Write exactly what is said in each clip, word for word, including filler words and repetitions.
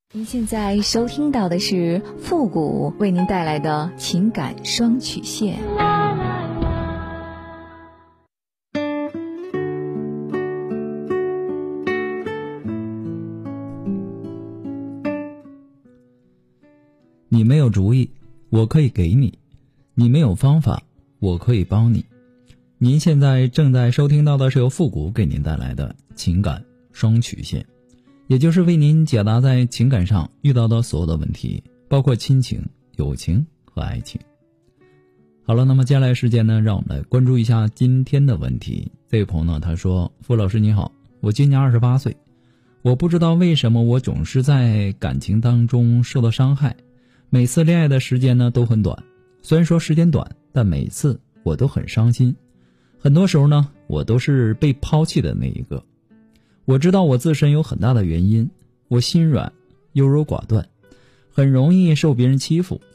您现在收听到的是复古为您带来的情感双曲线。 你没有主意，我可以给你；你没有方法，我可以帮你。您现在正在收听到的是由复古给您带来的情感双曲线，也就是为您解答在情感上遇到的所有的问题，包括亲情、友情和爱情。好了，那么接下来时间呢，让我们来关注一下今天的问题。这位朋友呢，他说：傅老师你好，我今年二十八岁，我不知道为什么我总是在感情当中受到伤害，每次恋爱的时间呢都很短，虽然说时间短，但每次我都很伤心。很多时候呢，我都是被抛弃的那一个。我知道我自身有很大的原因，我心软、优柔寡断，很容易受别人欺负。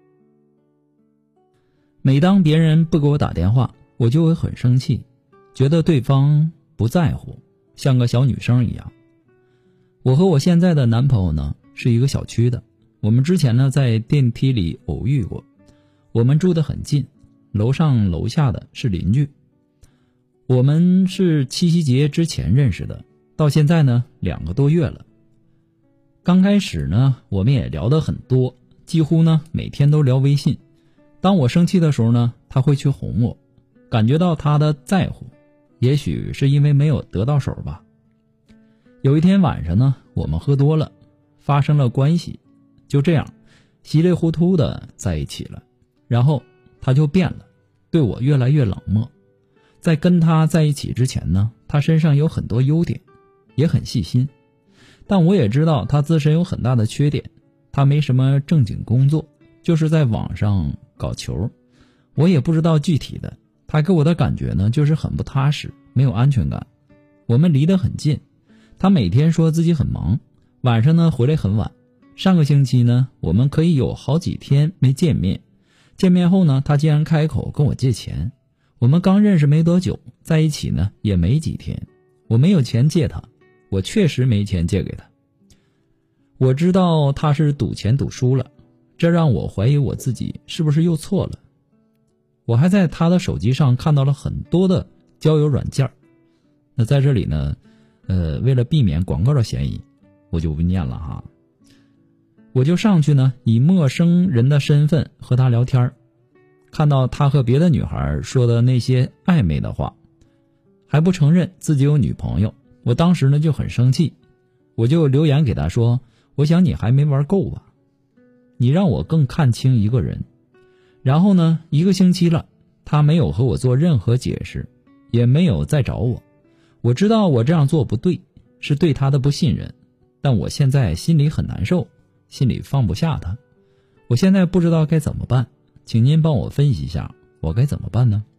每当别人不给我打电话，我就会很生气，觉得对方不在乎，像个小女生一样。我和我现在的男朋友呢，是一个小区的，我们之前呢在电梯里偶遇过，我们住得很近，楼上楼下的是邻居。我们是七夕节之前认识的，到现在呢两个多月了。刚开始呢我们也聊得很多，几乎呢每天都聊微信。当我生气的时候呢，他会去哄我，感觉到他的在乎，也许是因为没有得到手吧。有一天晚上呢，我们喝多了，发生了关系，就这样稀里糊涂的在一起了。然后他就变了，对我越来越冷漠。在跟他在一起之前呢，他身上有很多优点，也很细心，但我也知道他自身有很大的缺点。他没什么正经工作，就是在网上搞球，我也不知道具体的。他给我的感觉呢，就是很不踏实，没有安全感。我们离得很近，他每天说自己很忙，晚上呢回来很晚。上个星期呢，我们可以有好几天没见面，见面后呢，他竟然开口跟我借钱。我们刚认识没多久，在一起呢也没几天，我没有钱借他，我确实没钱借给他。我知道他是赌钱赌输了，这让我怀疑我自己是不是又错了。我还在他的手机上看到了很多的交友软件，那在这里呢呃，为了避免广告的嫌疑，我就不念了哈。我就上去呢，以陌生人的身份和他聊天，看到他和别的女孩说的那些暧昧的话，还不承认自己有女朋友。我当时呢就很生气，我就留言给他说，我想你还没玩够吧，你让我更看清一个人。然后呢，一个星期了，他没有和我做任何解释，也没有再找我。我知道我这样做不对，是对他的不信任，但我现在心里很难受，心里放不下他。我现在不知道该怎么办，请您帮我分析一下，我该怎么办呢？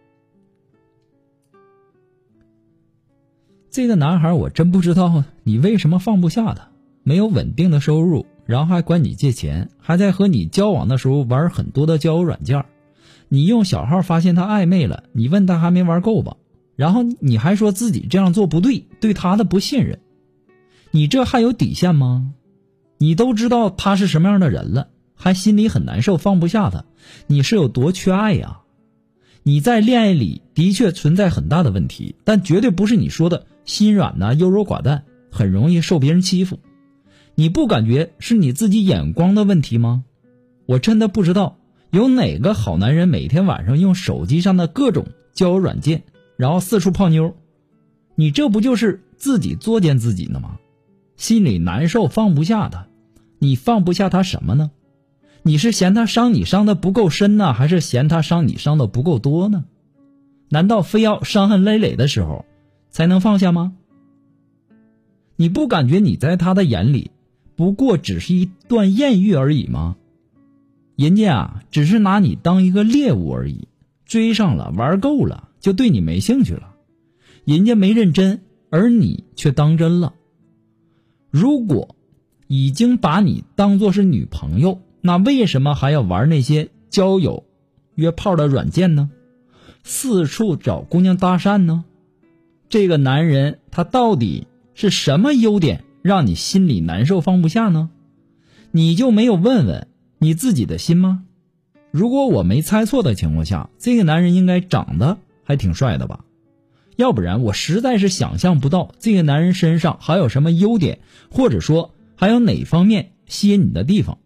这个男孩我真不知道你为什么放不下他，没有稳定的收入，然后还管你借钱，还在和你交往的时候玩很多的交友软件。你用小号发现他暧昧了，你问他还没玩够吧，然后你还说自己这样做不对，对他的不信任。你这还有底线吗？你都知道他是什么样的人了，还心里很难受，放不下他，你是有多缺爱呀？你在恋爱里的确存在很大的问题，但绝对不是你说的心软呐、优柔寡断，很容易受别人欺负。你不感觉是你自己眼光的问题吗？我真的不知道有哪个好男人每天晚上用手机上的各种交友软件，然后四处泡妞。你这不就是自己作践自己呢吗？心里难受，放不下他。你放不下他什么呢？你是嫌他伤你伤的不够深呢，还是嫌他伤你伤的不够多呢？难道非要伤痕累累的时候才能放下吗？你不感觉你在他的眼里不过只是一段艳遇而已吗？人家啊只是拿你当一个猎物而已，追上了玩够了就对你没兴趣了。人家没认真，而你却当真了。如果已经把你当作是女朋友，那为什么还要玩那些交友约炮的软件呢？四处找姑娘搭讪呢？这个男人他到底是什么优点让你心里难受放不下呢？你就没有问问你自己的心吗？如果我没猜错的情况下，这个男人应该长得还挺帅的吧？要不然我实在是想象不到这个男人身上还有什么优点，或者说还有哪方面吸引你的地方。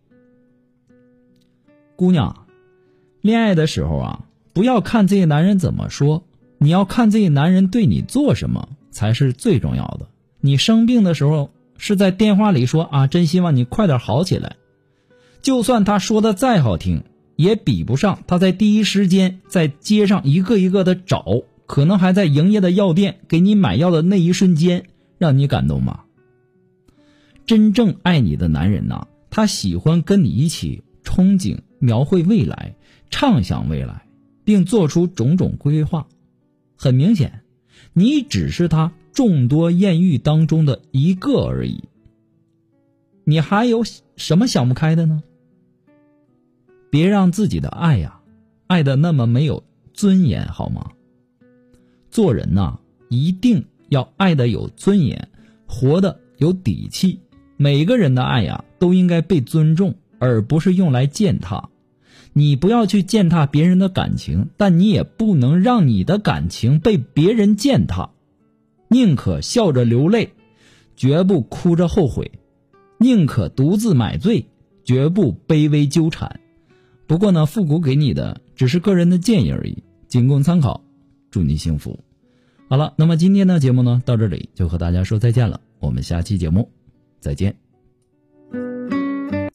姑娘，恋爱的时候啊，不要看这个男人怎么说，你要看这个男人对你做什么才是最重要的。你生病的时候是在电话里说啊，真希望你快点好起来，就算他说的再好听，也比不上他在第一时间在街上一个一个的找，可能还在营业的药店给你买药的那一瞬间让你感动吗？真正爱你的男人呐，他喜欢跟你一起憧憬，描绘未来，畅想未来，并做出种种规划。很明显，你只是他众多艳遇当中的一个而已。你还有什么想不开的呢？别让自己的爱呀，爱得那么没有尊严好吗？做人呐，一定要爱得有尊严，活得有底气。每个人的爱呀，都应该被尊重，而不是用来践踏。你不要去践踏别人的感情，但你也不能让你的感情被别人践踏。宁可笑着流泪，绝不哭着后悔；宁可独自买醉，绝不卑微纠缠。不过呢，复古给你的只是个人的建议而已，仅供参考。祝你幸福。好了，那么今天的节目呢，到这里就和大家说再见了，我们下期节目再见。